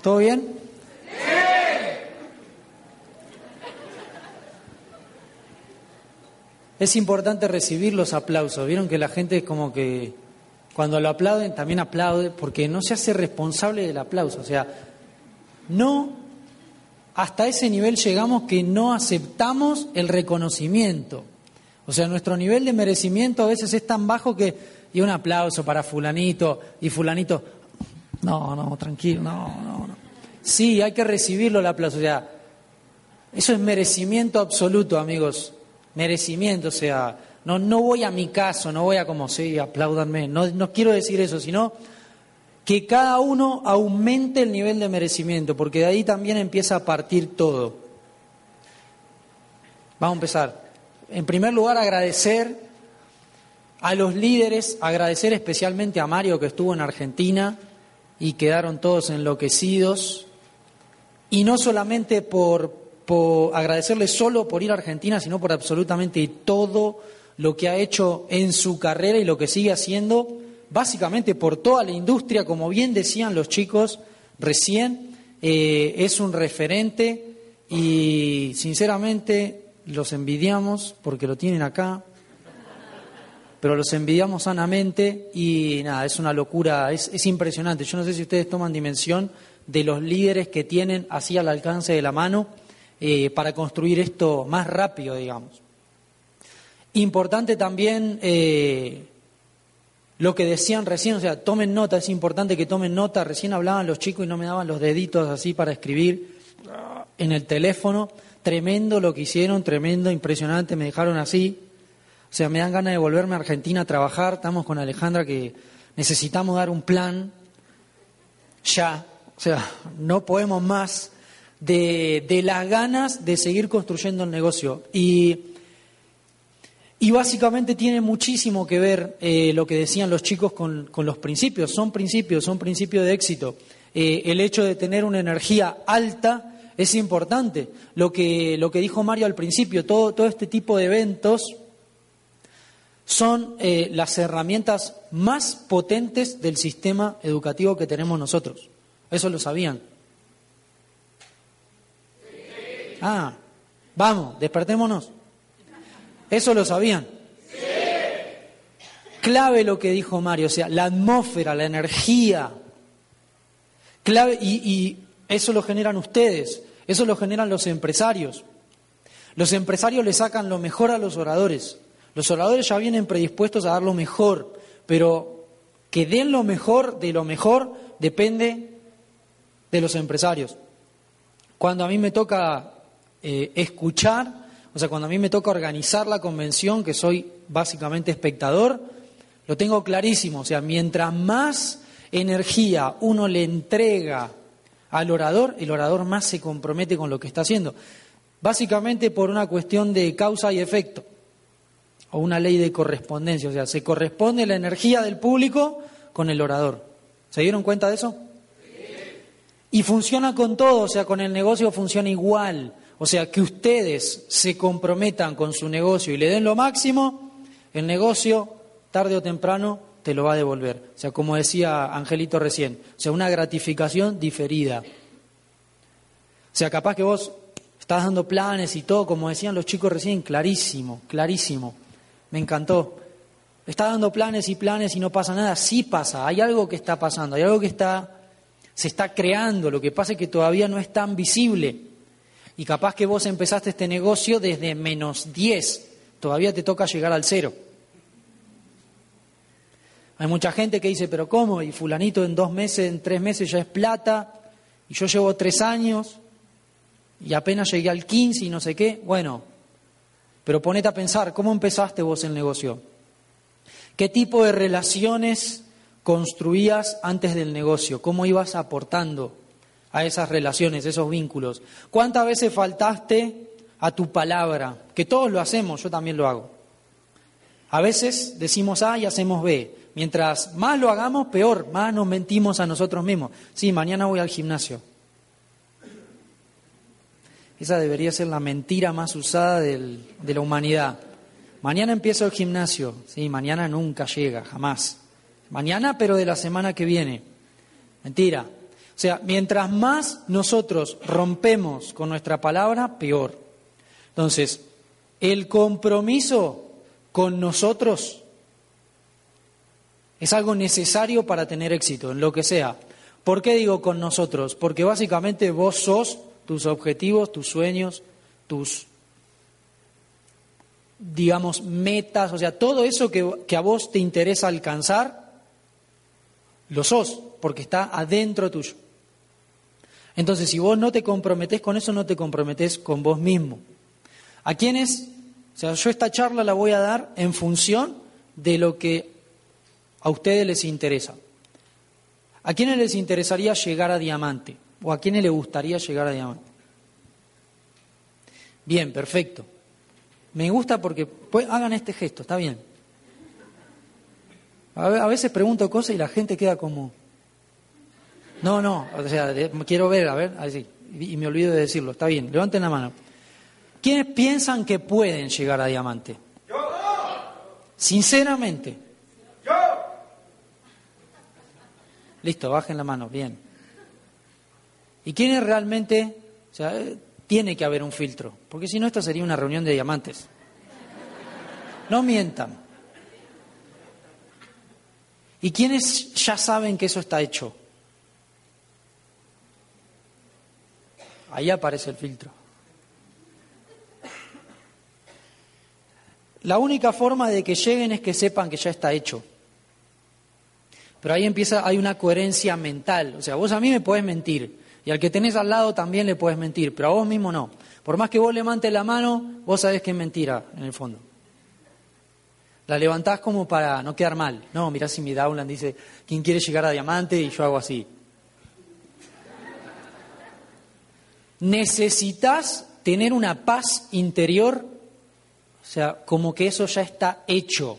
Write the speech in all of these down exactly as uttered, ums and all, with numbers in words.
¿Todo bien? ¡Sí! Es importante recibir los aplausos. Vieron que la gente es como que cuando lo aplauden también aplaude porque no se hace responsable del aplauso. O sea, no, hasta ese nivel llegamos que no aceptamos el reconocimiento. O sea, nuestro nivel de merecimiento a veces es tan bajo que, y un aplauso para fulanito, y fulanito, no, no, tranquilo, no, no, no. Sí, hay que recibirlo el aplauso. O sea, eso es merecimiento absoluto, amigos. Merecimiento, o sea, no, no voy a mi caso, no voy a como, sí, apláudanme, no, no quiero decir eso, sino que cada uno aumente el nivel de merecimiento, porque de ahí también empieza a partir todo. Vamos a empezar. En primer lugar, agradecer a los líderes, agradecer especialmente a Mario que estuvo en Argentina y quedaron todos enloquecidos, y no solamente por... por agradecerle solo por ir a Argentina, sino por absolutamente todo lo que ha hecho en su carrera y lo que sigue haciendo, básicamente por toda la industria, como bien decían los chicos recién, eh, es un referente y sinceramente los envidiamos porque lo tienen acá, pero los envidiamos sanamente y nada, es una locura, es, es impresionante. Yo no sé si ustedes toman dimensión de los líderes que tienen así al alcance de la mano, Eh, para construir esto más rápido, digamos. Importante también eh, lo que decían recién, o sea, tomen nota, es importante que tomen nota. Recién hablaban los chicos y no me daban los deditos así para escribir en el teléfono. Tremendo lo que hicieron, tremendo, impresionante, me dejaron así. O sea, me dan ganas de volverme a Argentina a trabajar. Estamos con Alejandra que necesitamos dar un plan ya, o sea, no podemos más. De, de las ganas de seguir construyendo el negocio. Y, y básicamente tiene muchísimo que ver eh, lo que decían los chicos con, con los principios. Son principios, son principios de éxito. Eh, el hecho de tener una energía alta es importante. Lo que, lo que dijo Mario al principio, todo, todo este tipo de eventos son eh, las herramientas más potentes del sistema educativo que tenemos nosotros. Eso lo sabían. Ah, vamos, despertémonos. ¿Eso lo sabían? Sí. Clave lo que dijo Mario, o sea, la atmósfera, la energía. Clave, y, y eso lo generan ustedes, eso lo generan los empresarios. Los empresarios le sacan lo mejor a los oradores. Los oradores ya vienen predispuestos a dar lo mejor, pero que den lo mejor de lo mejor depende de los empresarios. Cuando a mí me toca Eh, escuchar, o sea, cuando a mí me toca organizar la convención, que soy básicamente espectador, lo tengo clarísimo, o sea, mientras más energía uno le entrega al orador, el orador más se compromete con lo que está haciendo, básicamente por una cuestión de causa y efecto, o una ley de correspondencia, o sea, se corresponde la energía del público con el orador. ¿Se dieron cuenta de eso? Sí. Y funciona con todo, o sea, con el negocio funciona igual. O sea, que ustedes se comprometan con su negocio y le den lo máximo, el negocio, tarde o temprano, te lo va a devolver. O sea, como decía Angelito recién, o sea, una gratificación diferida. O sea, capaz que vos estás dando planes y todo, como decían los chicos recién, clarísimo, clarísimo. Me encantó. Estás dando planes y planes y no pasa nada. Sí pasa, hay algo que está pasando, hay algo que está, se está creando. Lo que pasa es que todavía no es tan visible. Y capaz que vos empezaste este negocio desde menos diez, todavía te toca llegar al cero. Hay mucha gente que dice, pero ¿cómo? Y fulanito en dos meses, en tres meses ya es plata, y yo llevo tres años, y apenas llegué al quince y no sé qué. Bueno, pero ponete a pensar, ¿cómo empezaste vos el negocio? ¿Qué tipo de relaciones construías antes del negocio? ¿Cómo ibas aportando a esas relaciones, esos vínculos? ¿Cuántas veces faltaste a tu palabra? Que todos lo hacemos, yo también lo hago. A veces decimos A y hacemos B. Mientras más lo hagamos, peor, más nos mentimos a nosotros mismos. Sí, mañana voy al gimnasio. Esa debería ser la mentira más usada del, de la humanidad. Mañana empiezo el gimnasio. Sí, mañana nunca llega, jamás. Mañana, pero de la semana que viene. Mentira. O sea, mientras más nosotros rompemos con nuestra palabra, peor. Entonces, el compromiso con nosotros es algo necesario para tener éxito en lo que sea. ¿Por qué digo con nosotros? Porque básicamente vos sos tus objetivos, tus sueños, tus, digamos, metas, o sea, todo eso que, que a vos te interesa alcanzar, lo sos, porque está adentro tuyo. Entonces, si vos no te comprometés con eso, no te comprometés con vos mismo. ¿A quiénes? O sea, yo esta charla la voy a dar en función de lo que a ustedes les interesa. ¿A quiénes les interesaría llegar a diamante? ¿O a quiénes les gustaría llegar a diamante? Bien, perfecto. Me gusta porque pues, hagan este gesto, está bien. A, a veces pregunto cosas y la gente queda como... No, no, o sea, de, quiero ver, a ver, así, y, y me olvido de decirlo, está bien, levanten la mano. ¿Quiénes piensan que pueden llegar a diamante? Yo. Sinceramente. Yo. Listo, bajen la mano, bien. ¿Y quiénes realmente, o sea, eh, tiene que haber un filtro? Porque si no, esta sería una reunión de diamantes. No mientan. ¿Y quiénes ya saben que eso está hecho? Ahí aparece el filtro. La única forma de que lleguen es que sepan que ya está hecho. Pero ahí empieza, hay una coherencia mental. O sea, vos a mí me podés mentir, y al que tenés al lado también le podés mentir, pero a vos mismo no. Por más que vos levantes la mano, vos sabés que es mentira, en el fondo. La levantás como para no quedar mal. No, mirá si mi downline dice, ¿quién quiere llegar a diamante? Y yo hago así. Necesitas tener una paz interior, o sea, como que eso ya está hecho.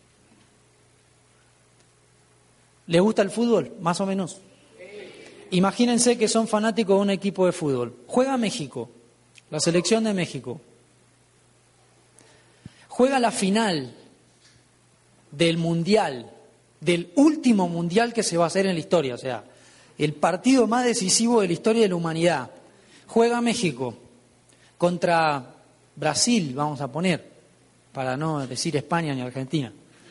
¿Les gusta el fútbol? Más o menos. Imagínense que son fanáticos de un equipo de fútbol. Juega México, la selección de México. Juega la final del mundial, del último mundial que se va a hacer en la historia, o sea, el partido más decisivo de la historia de la humanidad. Juega México contra Brasil, vamos a poner, para no decir España ni Argentina.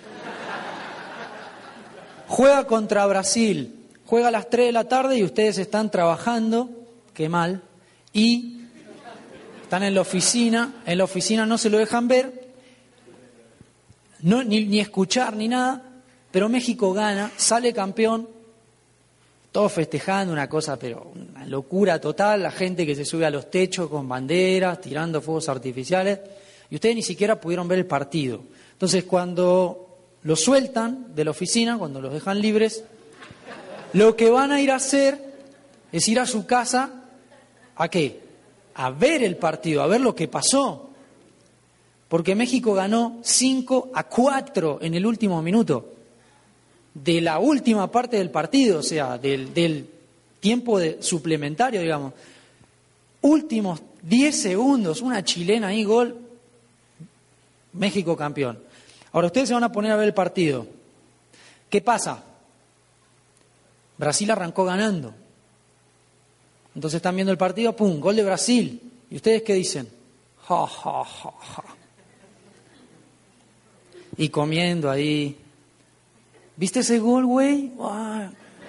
Juega contra Brasil, juega a las tres de la tarde y ustedes están trabajando, qué mal, y están en la oficina, en la oficina no se lo dejan ver, no, ni, ni escuchar ni nada, pero México gana, sale campeón. Todos festejando, una cosa, pero una locura total, la gente que se sube a los techos con banderas, tirando fuegos artificiales, y ustedes ni siquiera pudieron ver el partido. Entonces, cuando los sueltan de la oficina, cuando los dejan libres, lo que van a ir a hacer es ir a su casa, ¿a qué? A ver el partido, a ver lo que pasó. Porque México ganó cinco a cuatro en el último minuto. De la última parte del partido, o sea, del, del tiempo de, suplementario, digamos. Últimos diez segundos, una chilena ahí, gol, México campeón. Ahora ustedes se van a poner a ver el partido. ¿Qué pasa? Brasil arrancó ganando. Entonces están viendo el partido, ¡pum!, gol de Brasil. ¿Y ustedes qué dicen? Ja, ja, ja, ja. Y comiendo ahí... ¿Viste ese gol, güey? ¡Wow!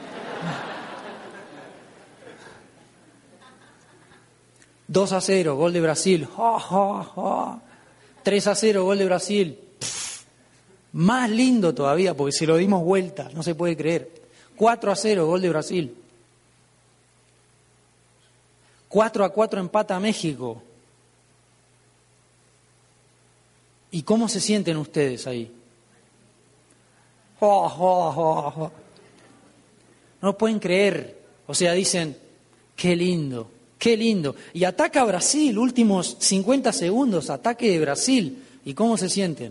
dos a cero, gol de Brasil. ¡Ja, ja, ja! tres a cero, gol de Brasil. Pff, más lindo todavía, porque se lo dimos vuelta, no se puede creer. cuatro a cero, gol de Brasil. cuatro a cuatro empata México. ¿Y cómo se sienten ustedes ahí? Oh, oh, oh, oh. No lo pueden creer. O sea, dicen, qué lindo, qué lindo. Y ataca a Brasil, últimos cincuenta segundos, ataque de Brasil. ¿Y cómo se sienten?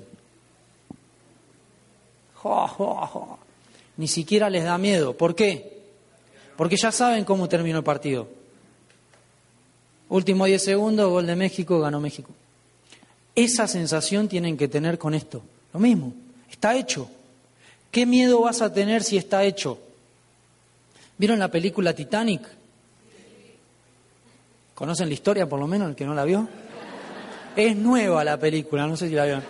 Oh, oh, oh. Ni siquiera les da miedo. ¿Por qué? Porque ya saben cómo terminó el partido. Últimos diez segundos, gol de México, ganó México. Esa sensación tienen que tener con esto. Lo mismo, está hecho. ¿Qué miedo vas a tener si está hecho? ¿Vieron la película Titanic? ¿Conocen la historia por lo menos, el que no la vio? Es nueva la película, no sé si la vieron.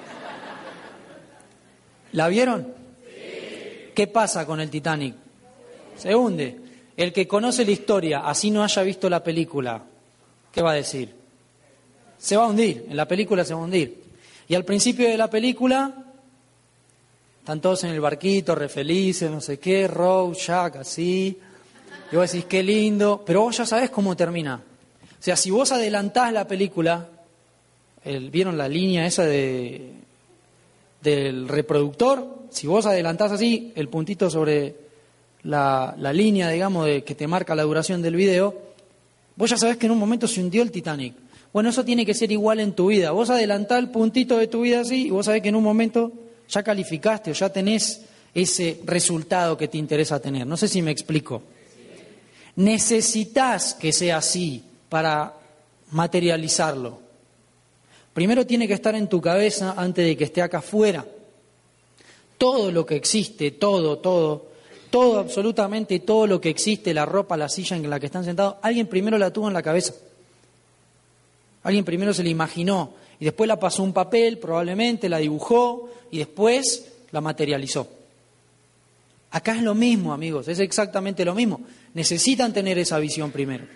¿La vieron? ¿Qué pasa con el Titanic? Se hunde. El que conoce la historia, así no haya visto la película, ¿qué va a decir? Se va a hundir, en la película se va a hundir. Y al principio de la película, están todos en el barquito, re felices, no sé qué, Rose, Jack, así. Y vos decís, qué lindo, pero vos ya sabés cómo termina. O sea, si vos adelantás la película, el, ¿vieron la línea esa de del reproductor? Si vos adelantás así, el puntito sobre la, la línea, digamos, de, que te marca la duración del video, vos ya sabés que en un momento se hundió el Titanic. Bueno, eso tiene que ser igual en tu vida. Vos adelantás el puntito de tu vida así y vos sabés que en un momento ya calificaste o ya tenés ese resultado que te interesa tener. No sé si me explico. Necesitas que sea así para materializarlo. Primero tiene que estar en tu cabeza antes de que esté acá afuera. Todo lo que existe, todo, todo, todo, absolutamente todo lo que existe, la ropa, la silla en la que están sentados, alguien primero la tuvo en la cabeza. Alguien primero se la imaginó y después la pasó a un papel, probablemente la dibujó y después la materializó. Acá es lo mismo, amigos, es exactamente lo mismo. Necesitan tener esa visión primero.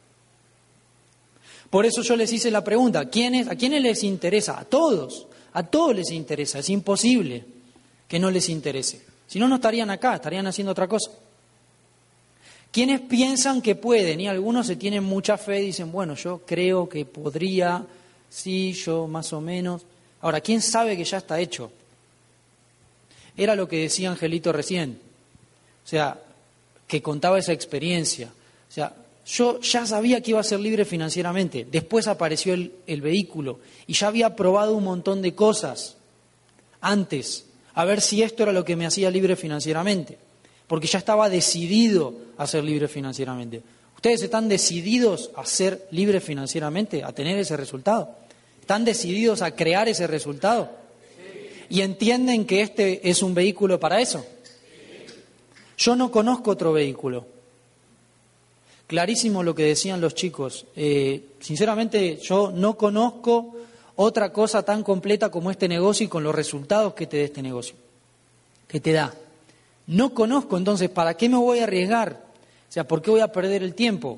Por eso yo les hice la pregunta, ¿quiénes, ¿a quiénes les interesa? A todos, a todos les interesa, es imposible que no les interese. Si no, no estarían acá, estarían haciendo otra cosa. ¿Quiénes piensan que pueden? Y algunos se tienen mucha fe y dicen, bueno, yo creo que podría, sí, yo más o menos. Ahora, ¿quién sabe que ya está hecho? Era lo que decía Angelito recién, o sea, que contaba esa experiencia. O sea, yo ya sabía que iba a ser libre financieramente, después apareció el, el vehículo y ya había probado un montón de cosas antes, a ver si esto era lo que me hacía libre financieramente, porque ya estaba decidido a ser libre financieramente. ¿Ustedes están decididos a ser libres financieramente, a tener ese resultado? ¿Están decididos a crear ese resultado? ¿Y entienden que este es un vehículo para eso? Yo no conozco otro vehículo. Clarísimo lo que decían los chicos. Eh, sinceramente, yo no conozco otra cosa tan completa como este negocio y con los resultados que te da este negocio, que te da. No conozco, entonces, ¿para qué me voy a arriesgar? O sea, ¿por qué voy a perder el tiempo?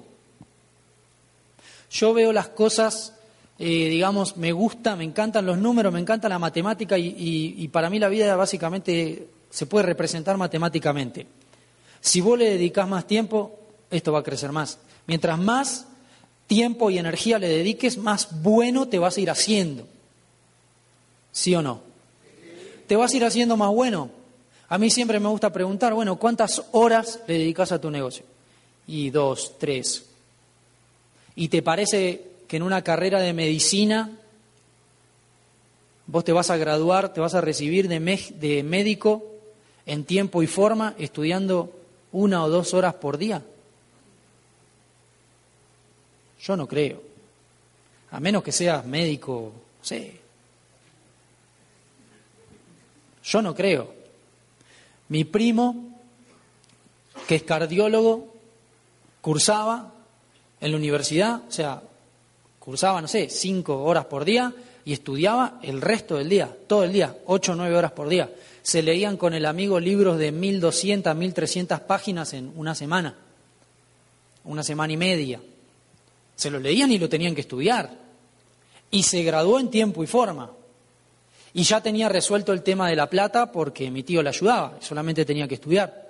Yo veo las cosas, eh, digamos, me gusta, me encantan los números, me encanta la matemática y, y, y para mí la vida básicamente se puede representar matemáticamente. Si vos le dedicás más tiempo, esto va a crecer más. Mientras más tiempo y energía le dediques, más bueno te vas a ir haciendo. ¿Sí o no? ¿Te vas a ir haciendo más bueno? A mí siempre me gusta preguntar, bueno, ¿cuántas horas le dedicas a tu negocio? Y dos, tres. ¿Y te parece que en una carrera de medicina vos te vas a graduar, te vas a recibir de, me- de médico en tiempo y forma, estudiando una o dos horas por día? Yo no creo. A menos que seas médico, no sé. Yo no creo. Mi primo, que es cardiólogo, cursaba en la universidad, o sea, cursaba, no sé, cinco horas por día y estudiaba el resto del día, todo el día, ocho o nueve horas por día. Se leían con el amigo libros de mil doscientas, mil trescientas páginas en una semana, una semana y media. Se lo leían y lo tenían que estudiar. Y se graduó en tiempo y forma. Y ya tenía resuelto el tema de la plata porque mi tío le ayudaba, solamente tenía que estudiar.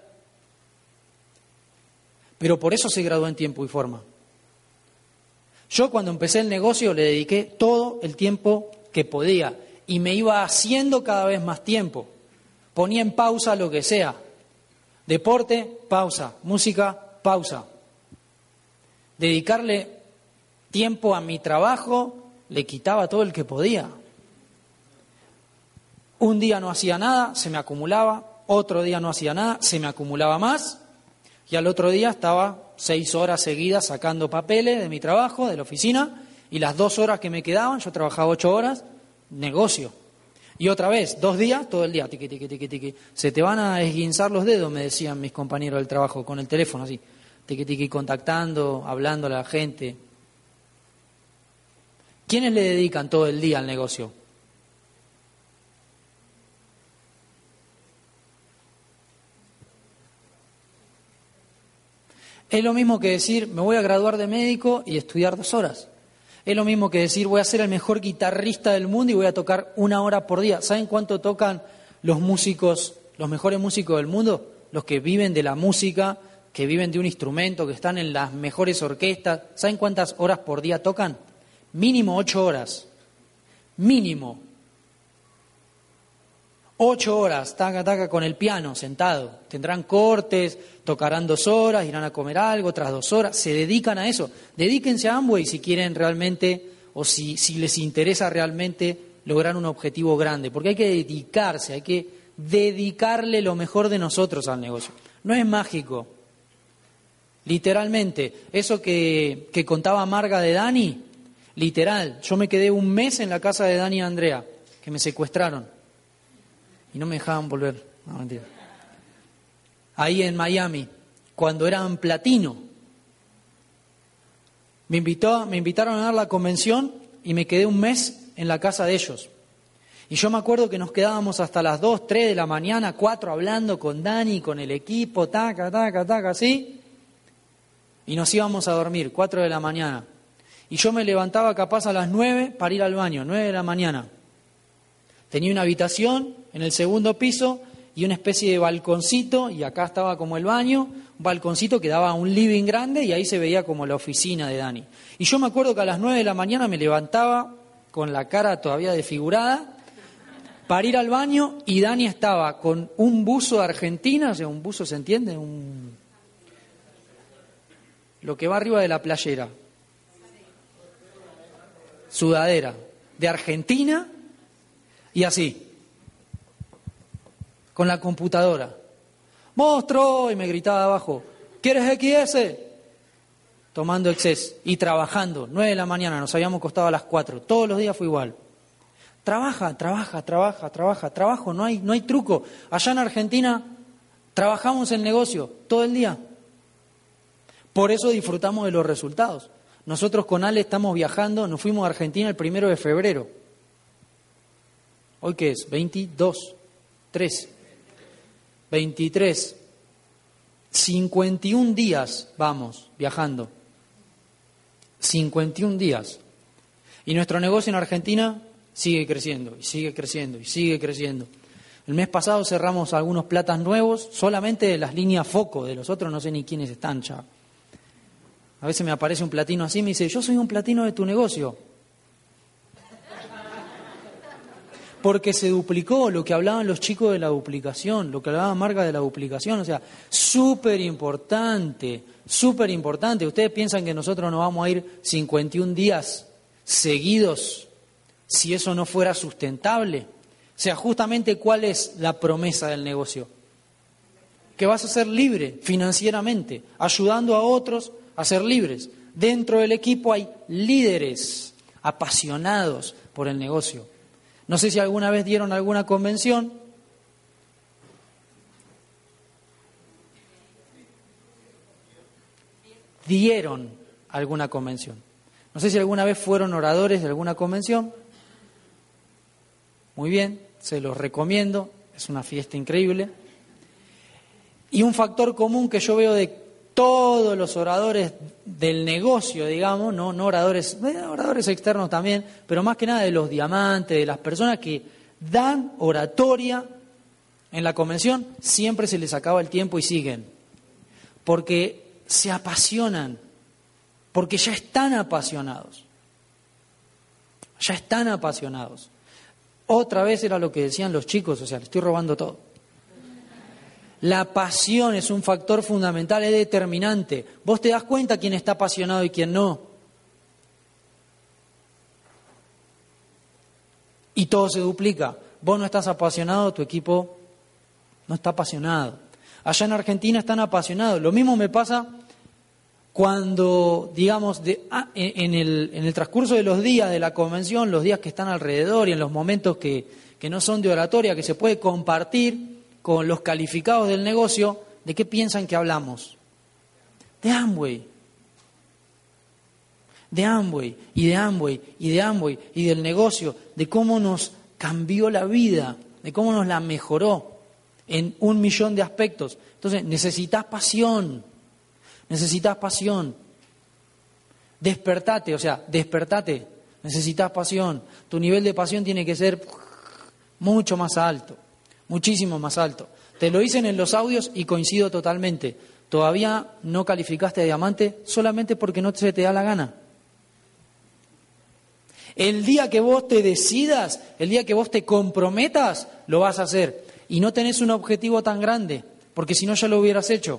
Pero por eso se graduó en tiempo y forma. Yo cuando empecé el negocio le dediqué todo el tiempo que podía y me iba haciendo cada vez más tiempo. Ponía en pausa lo que sea. Deporte, pausa. Música, pausa. Dedicarle tiempo a mi trabajo le quitaba todo el que podía. Un día no hacía nada, se me acumulaba, otro día no hacía nada, se me acumulaba más, y al otro día estaba seis horas seguidas sacando papeles de mi trabajo, de la oficina, y las dos horas que me quedaban, yo trabajaba ocho horas, negocio. Y otra vez, dos días, todo el día, tiqui, tiqui, tiqui, tiqui. Se te van a esguinzar los dedos, me decían mis compañeros del trabajo, con el teléfono así. tiqui tiqui contactando, hablando a la gente. ¿Quiénes le dedican todo el día al negocio? Es lo mismo que decir, me voy a graduar de médico y estudiar dos horas. Es lo mismo que decir, voy a ser el mejor guitarrista del mundo y voy a tocar una hora por día. ¿Saben cuánto tocan los músicos, los mejores músicos del mundo? Los que viven de la música, que viven de un instrumento, que están en las mejores orquestas. ¿Saben cuántas horas por día tocan? Mínimo ocho horas. Mínimo. Ocho horas, taca, taca, con el piano, sentado. Tendrán cortes, tocarán dos horas, irán a comer algo, otras dos horas. Se dedican a eso. Dedíquense a Amway si quieren realmente, o si, si les interesa realmente lograr un objetivo grande. Porque hay que dedicarse, hay que dedicarle lo mejor de nosotros al negocio. No es mágico. Literalmente, eso que, que contaba Marga de Dani, literal. Yo me quedé un mes en la casa de Dani y Andrea, que me secuestraron. Y no me dejaban volver. No, mentira. Ahí en Miami, cuando eran platino. Me invitó, me invitaron a dar la convención y me quedé un mes en la casa de ellos. Y yo me acuerdo que nos quedábamos hasta las dos, tres de la mañana, cuatro, hablando con Dani, con el equipo, taca, taca, taca, así. Y nos íbamos a dormir, cuatro de la mañana. Y yo me levantaba capaz a las nueve para ir al baño, nueve de la mañana. Tenía una habitación en el segundo piso y una especie de balconcito, y acá estaba como el baño, un balconcito que daba a un living grande y ahí se veía como la oficina de Dani. Y yo me acuerdo que a las nueve de la mañana me levantaba con la cara todavía desfigurada para ir al baño y Dani estaba con un buzo de Argentina, o sea, un buzo, ¿se entiende? Un... Lo que va arriba de la playera. Sudadera. De Argentina y así. Con la computadora. ¡Monstruo! Y me gritaba abajo. ¿Quieres equis ese? Tomando Excess y trabajando. nueve de la mañana, nos habíamos acostado a las cuatro. Todos los días fue igual. Trabaja, trabaja, trabaja, trabaja, trabajo, no hay, no hay truco. Allá en Argentina trabajamos el negocio todo el día. Por eso disfrutamos de los resultados. Nosotros con Ale estamos viajando, nos fuimos a Argentina el primero de febrero. ¿Hoy qué es? veintidós, tres, veintitrés, cincuenta y un días vamos viajando. cincuenta y un días. Y nuestro negocio en Argentina sigue creciendo, y sigue creciendo, y sigue creciendo. El mes pasado cerramos algunos platas nuevos, solamente de las líneas Foco, de los otros no sé ni quiénes están ya. A veces me aparece un platino así y me dice, yo soy un platino de tu negocio. Porque se duplicó lo que hablaban los chicos de la duplicación, lo que hablaba Marga de la duplicación, o sea, súper importante, súper importante. Ustedes piensan que nosotros nos vamos a ir cincuenta y un días seguidos si eso no fuera sustentable. O sea, justamente cuál es la promesa del negocio. Que vas a ser libre financieramente, ayudando a otros a ser libres. Dentro del equipo hay líderes apasionados por el negocio. No sé si alguna vez dieron alguna convención. Dieron alguna convención. No sé si alguna vez fueron oradores de alguna convención. Muy bien, se los recomiendo. Es una fiesta increíble. Y un factor común que yo veo de todos los oradores del negocio, digamos, no, no oradores, eh, oradores externos también, pero más que nada de los diamantes, de las personas que dan oratoria en la convención, siempre se les acaba el tiempo y siguen. Porque se apasionan, porque ya están apasionados. Ya están apasionados. Otra vez era lo que decían los chicos, o sea, le estoy robando todo. La pasión es un factor fundamental, es determinante. Vos te das cuenta quién está apasionado y quién no. Y todo se duplica. Vos no estás apasionado, tu equipo no está apasionado. Allá en Argentina están apasionados. Lo mismo me pasa cuando, digamos, de, ah, en, el, en el transcurso de los días de la convención, los días que están alrededor y en los momentos que, que no son de oratoria, que se puede compartir con los calificados del negocio, ¿de qué piensan que hablamos? De Amway. De Amway, y de Amway, y de Amway, y del negocio, de cómo nos cambió la vida, de cómo nos la mejoró en un millón de aspectos. Entonces, necesitas pasión, necesitas pasión. Despertate, o sea, despertate, necesitas pasión. Tu nivel de pasión tiene que ser mucho más alto, muchísimo más alto. Te lo dicen en los audios y coincido totalmente. Todavía no calificaste de diamante solamente porque no se te da la gana. El día que vos te decidas, el día que vos te comprometas, lo vas a hacer. Y no tenés un objetivo tan grande, porque si no ya lo hubieras hecho.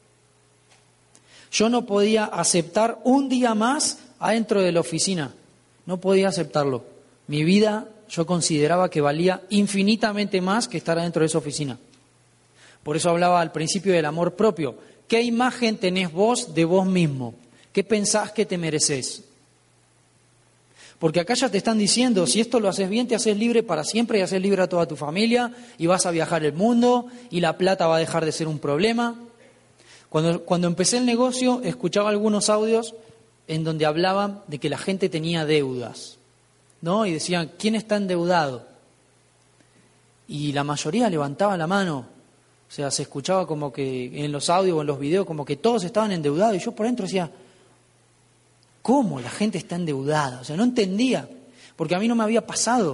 Yo no podía aceptar un día más adentro de la oficina. No podía aceptarlo. Mi vida yo consideraba que valía infinitamente más que estar adentro de esa oficina. Por eso hablaba al principio del amor propio. ¿Qué imagen tenés vos de vos mismo? ¿Qué pensás que te mereces? Porque acá ya te están diciendo, si esto lo haces bien, te haces libre para siempre y haces libre a toda tu familia y vas a viajar el mundo y la plata va a dejar de ser un problema. Cuando, cuando empecé el negocio, escuchaba algunos audios en donde hablaban de que la gente tenía deudas, ¿no? Y decían, ¿quién está endeudado? Y la mayoría levantaba la mano. O sea, se escuchaba como que en los audios o en los videos como que todos estaban endeudados. Y yo por dentro decía, ¿cómo la gente está endeudada? O sea, no entendía, porque a mí no me había pasado.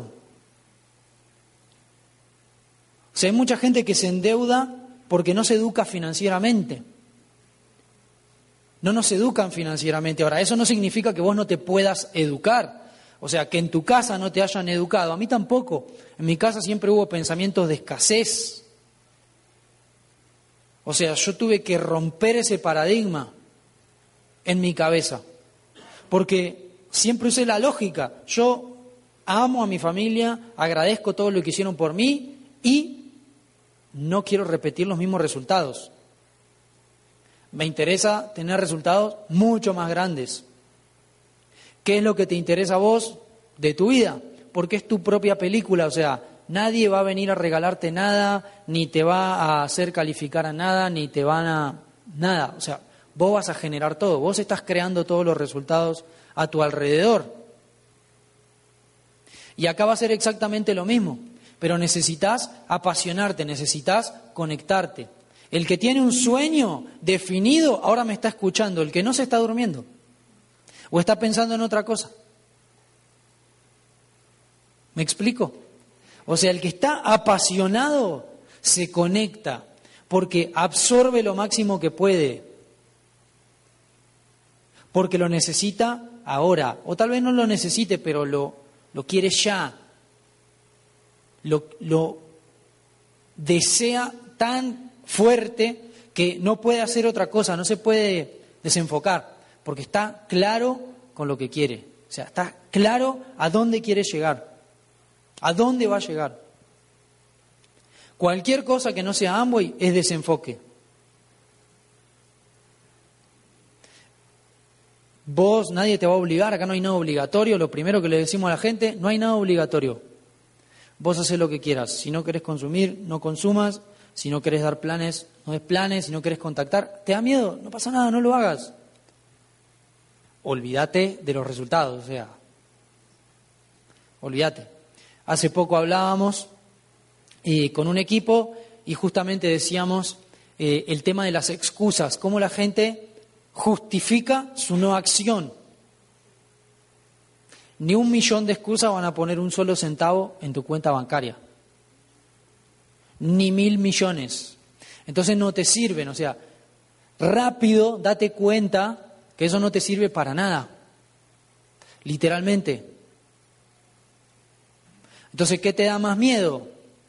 O sea, hay mucha gente que se endeuda porque no se educa financieramente. No nos educan financieramente. Ahora, eso no significa que vos no te puedas educar. O sea, que en tu casa no te hayan educado. A mí tampoco. En mi casa siempre hubo pensamientos de escasez. O sea, yo tuve que romper ese paradigma en mi cabeza. Porque siempre usé la lógica. Yo amo a mi familia, agradezco todo lo que hicieron por mí y no quiero repetir los mismos resultados. Me interesa tener resultados mucho más grandes. ¿Qué es lo que te interesa a vos de tu vida? Porque es tu propia película, o sea, nadie va a venir a regalarte nada, ni te va a hacer calificar a nada, ni te van a... nada, o sea, vos vas a generar todo, vos estás creando todos los resultados a tu alrededor. Y acá va a ser exactamente lo mismo, pero necesitas apasionarte, necesitas conectarte. El que tiene un sueño definido, ahora me está escuchando, el que no se está durmiendo o está pensando en otra cosa. ¿Me explico? O sea, el que está apasionado se conecta porque absorbe lo máximo que puede, porque lo necesita ahora, o tal vez no lo necesite, pero lo, lo quiere ya, lo, lo desea tan fuerte que no puede hacer otra cosa, no se puede desenfocar, porque está claro con lo que quiere, o sea, está claro a dónde quiere llegar, a dónde va a llegar. Cualquier cosa que no sea Amway es desenfoque. Vos, nadie te va a obligar, acá no hay nada obligatorio, lo primero que le decimos a la gente, no hay nada obligatorio. Vos haces lo que quieras, si no querés consumir, no consumas, si no querés dar planes, no des planes, si no querés contactar, ¿te da miedo? No pasa nada, no lo hagas. Olvídate de los resultados, o sea, olvídate. Hace poco hablábamos eh, con un equipo y justamente decíamos eh, el tema de las excusas, cómo la gente justifica su no acción. Ni un millón de excusas van a poner un solo centavo en tu cuenta bancaria. Ni mil millones. Entonces no te sirven, o sea, rápido date cuenta que eso no te sirve para nada. Literalmente. Entonces, ¿qué te da más miedo?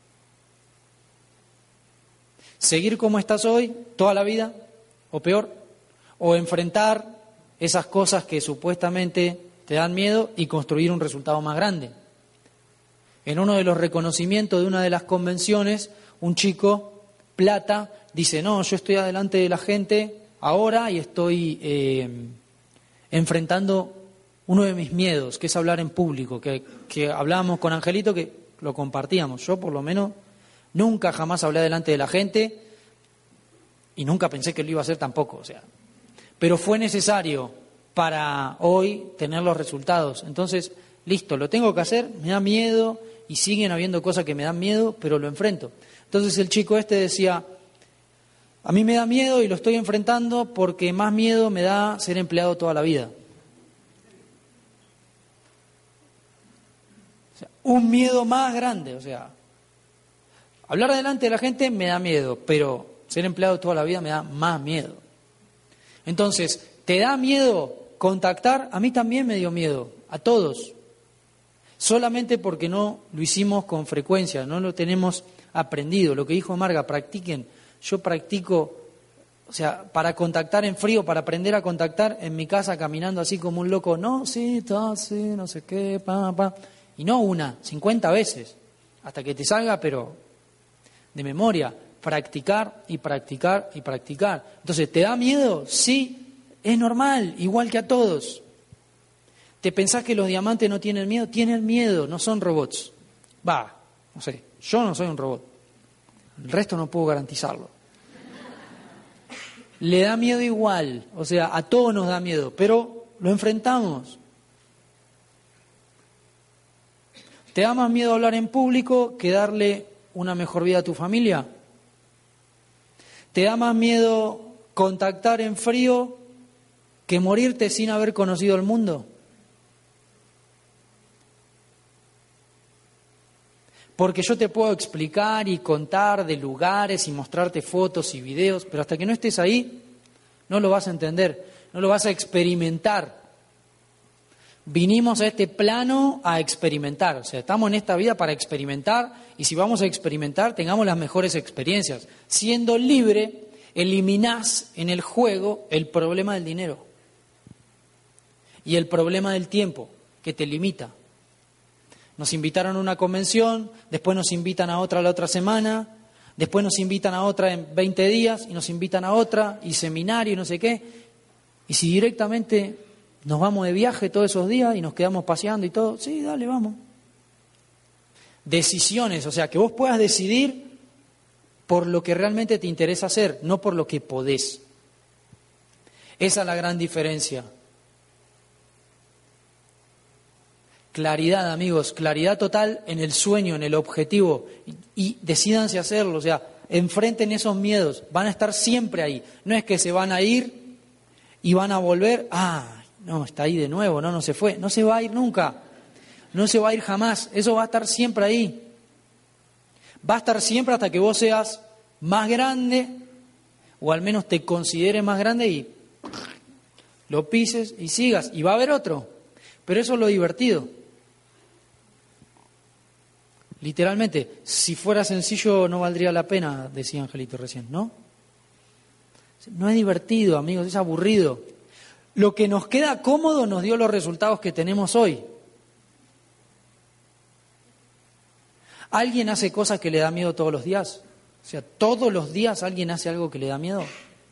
¿Seguir como estás hoy, toda la vida? ¿O peor? ¿O enfrentar esas cosas que supuestamente te dan miedo y construir un resultado más grande? En uno de los reconocimientos de una de las convenciones, un chico, plata, dice, no, yo estoy adelante de la gente ahora y estoy eh, enfrentando uno de mis miedos, que es hablar en público, que, que hablábamos con Angelito, que lo compartíamos. Yo, por lo menos, nunca jamás hablé delante de la gente y nunca pensé que lo iba a hacer tampoco, o sea. pero fue necesario para hoy tener los resultados. Entonces, listo, lo tengo que hacer, me da miedo y siguen habiendo cosas que me dan miedo, pero lo enfrento. Entonces el chico este decía, a mí me da miedo y lo estoy enfrentando porque más miedo me da ser empleado toda la vida. O sea, un miedo más grande, o sea, hablar delante de la gente me da miedo, pero ser empleado toda la vida me da más miedo. Entonces, ¿te da miedo contactar? A mí también me dio miedo, a todos. Solamente porque no lo hicimos con frecuencia, no lo tenemos aprendido. Lo que dijo Marga, practiquen. Yo practico, o sea, para contactar en frío, para aprender a contactar en mi casa caminando así como un loco. No, sí, está, sí, no sé qué, pa, pa. Y no una, cincuenta veces, hasta que te salga, pero de memoria. Practicar y practicar y practicar. Entonces, ¿te da miedo? Sí, es normal, igual que a todos. ¿Te pensás que los diamantes no tienen miedo? Tienen miedo, no son robots. Va, no sé, yo no soy un robot. El resto no puedo garantizarlo. Le da miedo igual, o sea, a todos nos da miedo, pero lo enfrentamos. ¿Te da más miedo hablar en público que darle una mejor vida a tu familia? ¿Te da más miedo contactar en frío que morirte sin haber conocido el mundo? Porque yo te puedo explicar y contar de lugares y mostrarte fotos y videos, pero hasta que no estés ahí, no lo vas a entender, no lo vas a experimentar. Vinimos a este plano a experimentar, o sea, estamos en esta vida para experimentar, y si vamos a experimentar, tengamos las mejores experiencias. Siendo libre, eliminás en el juego el problema del dinero y el problema del tiempo, que te limita. Nos invitaron a una convención, después nos invitan a otra la otra semana, después nos invitan a otra en veinte días, y nos invitan a otra, y seminario, y no sé qué. Y si directamente nos vamos de viaje todos esos días y nos quedamos paseando y todo, sí, dale, vamos. Decisiones, o sea, que vos puedas decidir por lo que realmente te interesa hacer, no por lo que podés. Esa es la gran diferencia. Claridad, amigos, claridad total en el sueño, en el objetivo, y, y decídanse hacerlo, o sea, enfrenten esos miedos, van a estar siempre ahí, no es que se van a ir y van a volver, ah, no, está ahí de nuevo, no, no se fue, no se va a ir nunca, no se va a ir jamás, eso va a estar siempre ahí, va a estar siempre hasta que vos seas más grande, o al menos te consideres más grande y lo pises y sigas, y va a haber otro, pero eso es lo divertido. Literalmente, si fuera sencillo no valdría la pena, decía Angelito recién, ¿no? No es divertido, amigos, es aburrido. Lo que nos queda cómodo nos dio los resultados que tenemos hoy. ¿Alguien hace cosas que le da miedo todos los días? O sea, ¿todos los días alguien hace algo que le da miedo?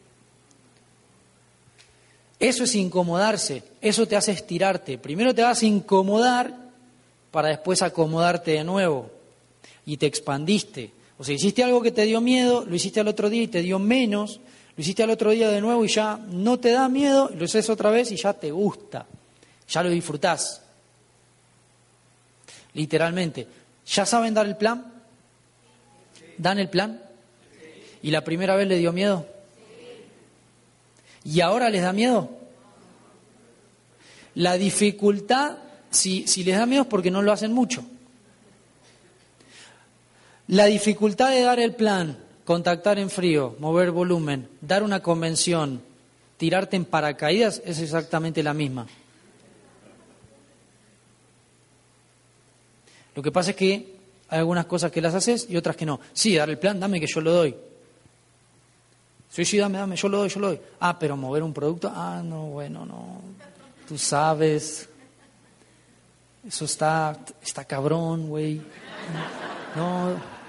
Eso es incomodarse, eso te hace estirarte. Primero te vas a incomodar para después acomodarte de nuevo. Y te expandiste. O sea, hiciste algo que te dio miedo, lo hiciste al otro día y te dio menos, lo hiciste al otro día de nuevo y ya no te da miedo, lo haces otra vez y ya te gusta, ya lo disfrutás. Literalmente. ¿Ya saben dar el plan? ¿Dan el plan? ¿Y la primera vez les dio miedo? ¿Y ahora les da miedo? La dificultad, si, si les da miedo es porque no lo hacen mucho. La dificultad de dar el plan, contactar en frío, mover volumen, dar una convención, tirarte en paracaídas es exactamente la misma. Lo que pasa es que hay algunas cosas que las haces y otras que no. Sí, dar el plan, dame que yo lo doy. Sí, sí, dame, dame, yo lo doy, yo lo doy. Ah, pero mover un producto, ah, no, bueno, no. Tú sabes, eso está, está cabrón, güey. No.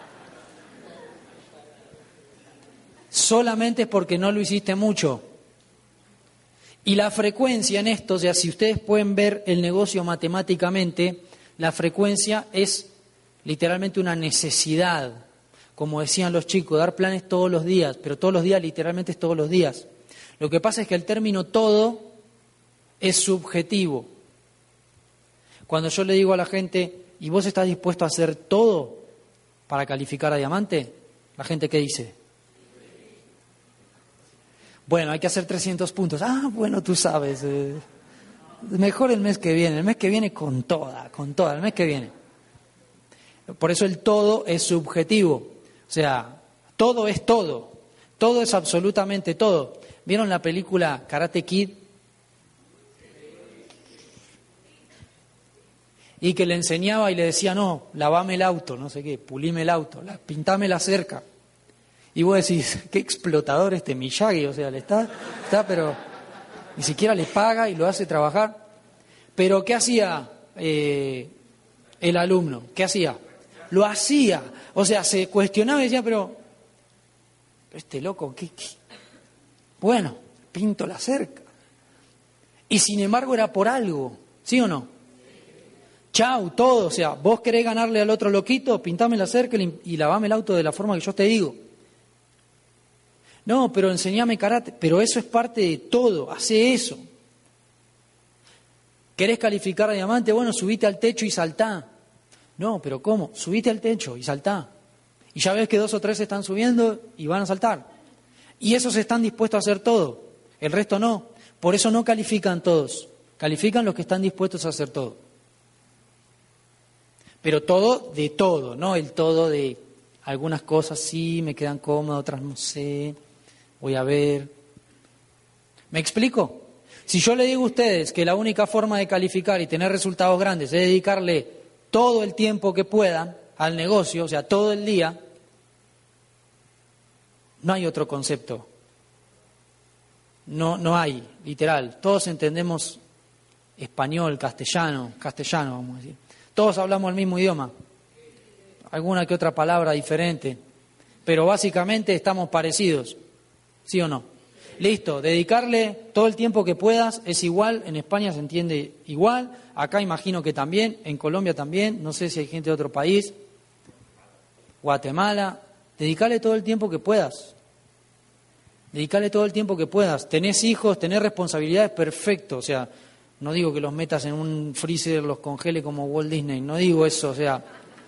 Solamente es porque no lo hiciste mucho. Y la frecuencia en esto, o sea, si ustedes pueden ver el negocio matemáticamente, la frecuencia es literalmente una necesidad. Como decían los chicos, dar planes todos los días, pero todos los días literalmente es todos los días. Lo que pasa es que el término todo es subjetivo. Cuando yo le digo a la gente, ¿y vos estás dispuesto a hacer todo para calificar a diamante? La gente, ¿qué dice? Bueno, hay que hacer trescientos puntos. Ah, bueno, tú sabes. Eh, mejor el mes que viene. El mes que viene con toda, con toda, el mes que viene. Por eso el todo es subjetivo. O sea, todo es todo. Todo es absolutamente todo. ¿Vieron la película Karate Kid? Y que le enseñaba y le decía, no, lavame el auto, no sé qué, pulime el auto, pintame la cerca. Y vos decís, qué explotador este Miyagi, o sea, le está, está, pero ni siquiera le paga y lo hace trabajar. Pero ¿qué hacía eh, el alumno? ¿Qué hacía? Lo hacía, o sea, se cuestionaba y decía, pero, este loco, ¿qué, qué? Bueno, pinto la cerca. Y sin embargo era por algo, ¿sí o no? Chau, todo, o sea, vos querés ganarle al otro loquito, pintame la cerca y lavame el auto de la forma que yo te digo. No, pero enseñame karate, pero eso es parte de todo, hace eso. ¿Querés calificar a diamante? Bueno, subite al techo y saltá. No, pero ¿cómo? Subite al techo y saltá. Y ya ves que dos o tres se están subiendo y van a saltar. Y esos están dispuestos a hacer todo, el resto no. Por eso no califican todos, califican los que están dispuestos a hacer todo. Pero todo de todo, no el todo de algunas cosas sí me quedan cómodas, otras no sé, voy a ver. ¿Me explico? Si yo le digo a ustedes que la única forma de calificar y tener resultados grandes es dedicarle todo el tiempo que puedan al negocio, o sea, todo el día, no hay otro concepto. No, no hay, literal. Todos entendemos español, castellano, castellano vamos a decir. Todos hablamos el mismo idioma, alguna que otra palabra diferente, pero básicamente estamos parecidos, ¿sí o no? Listo, dedicarle todo el tiempo que puedas es igual, en España se entiende igual, acá imagino que también, en Colombia también, no sé si hay gente de otro país, Guatemala, dedicarle todo el tiempo que puedas, dedicarle todo el tiempo que puedas, tenés hijos, tenés responsabilidades, perfecto, o sea, no digo que los metas en un freezer, los congele como Walt Disney, no digo eso, o sea,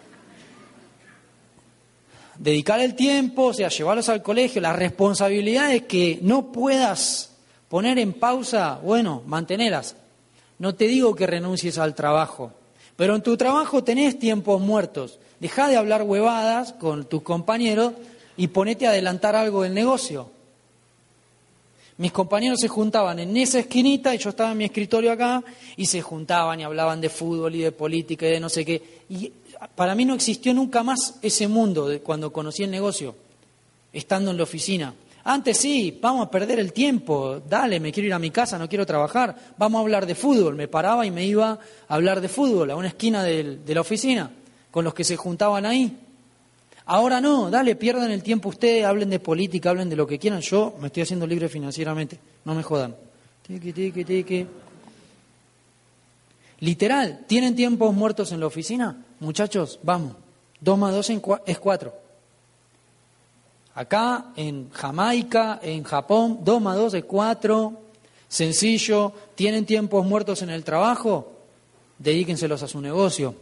dedicar el tiempo, o sea, llevarlos al colegio, las responsabilidades que no puedas poner en pausa, bueno, mantenerlas. No te digo que renuncies al trabajo, pero en tu trabajo tenés tiempos muertos. Dejá de hablar huevadas con tus compañeros y ponete a adelantar algo del negocio. Mis compañeros se juntaban en esa esquinita y yo estaba en mi escritorio acá y se juntaban y hablaban de fútbol y de política y de no sé qué. Y para mí no existió nunca más ese mundo de cuando conocí el negocio, estando en la oficina. Antes sí, vamos a perder el tiempo, dale, me quiero ir a mi casa, no quiero trabajar, vamos a hablar de fútbol. Me paraba y me iba a hablar de fútbol a una esquina de, de la oficina con los que se juntaban ahí. Ahora no, dale, pierdan el tiempo ustedes, hablen de política, hablen de lo que quieran. Yo me estoy haciendo libre financieramente, no me jodan. Tiki, tiki, tiki. Literal, ¿tienen tiempos muertos en la oficina? Muchachos, vamos, dos más dos es cuatro. Acá, en Jamaica, en Japón, dos más dos es cuatro. Sencillo, ¿tienen tiempos muertos en el trabajo? Dedíquenselos a su negocio.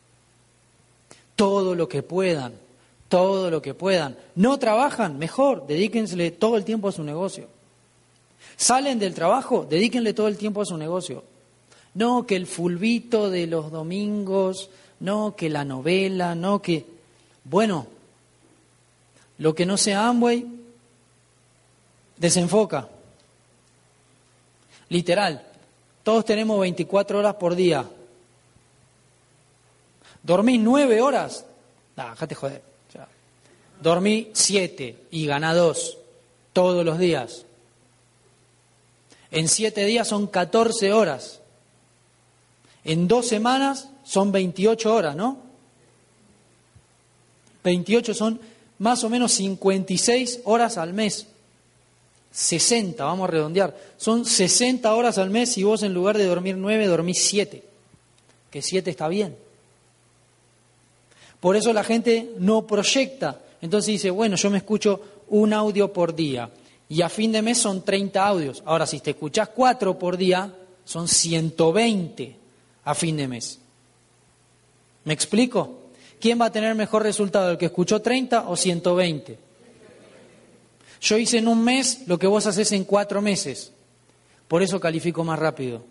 Todo lo que puedan. Todo lo que puedan. No trabajan, mejor, dedíquensele todo el tiempo a su negocio. Salen del trabajo, dedíquenle todo el tiempo a su negocio. No que el fulbito de los domingos, no que la novela, no que... Bueno, lo que no sea Amway, desenfoca. Literal, todos tenemos veinticuatro horas por día. ¿Dormís nueve horas? Nah, déjate joder. Dormí siete y ganá dos todos los días. En siete días son catorce horas. En dos semanas son veintiocho horas, ¿no? veintiocho son más o menos cincuenta y seis horas al mes. sesenta, vamos a redondear. Son sesenta horas al mes si vos en lugar de dormir nueve dormís siete. Que siete está bien. Por eso la gente no proyecta. Entonces dice, bueno, yo me escucho un audio por día Y a fin de mes son treinta audios. Ahora, si te escuchás cuatro por día, son ciento veinte a fin de mes. ¿Me explico? ¿Quién va a tener mejor resultado, el que escuchó treinta o ciento veinte? Yo hice en un mes lo que vos hacés en cuatro meses. Por eso califico más rápido.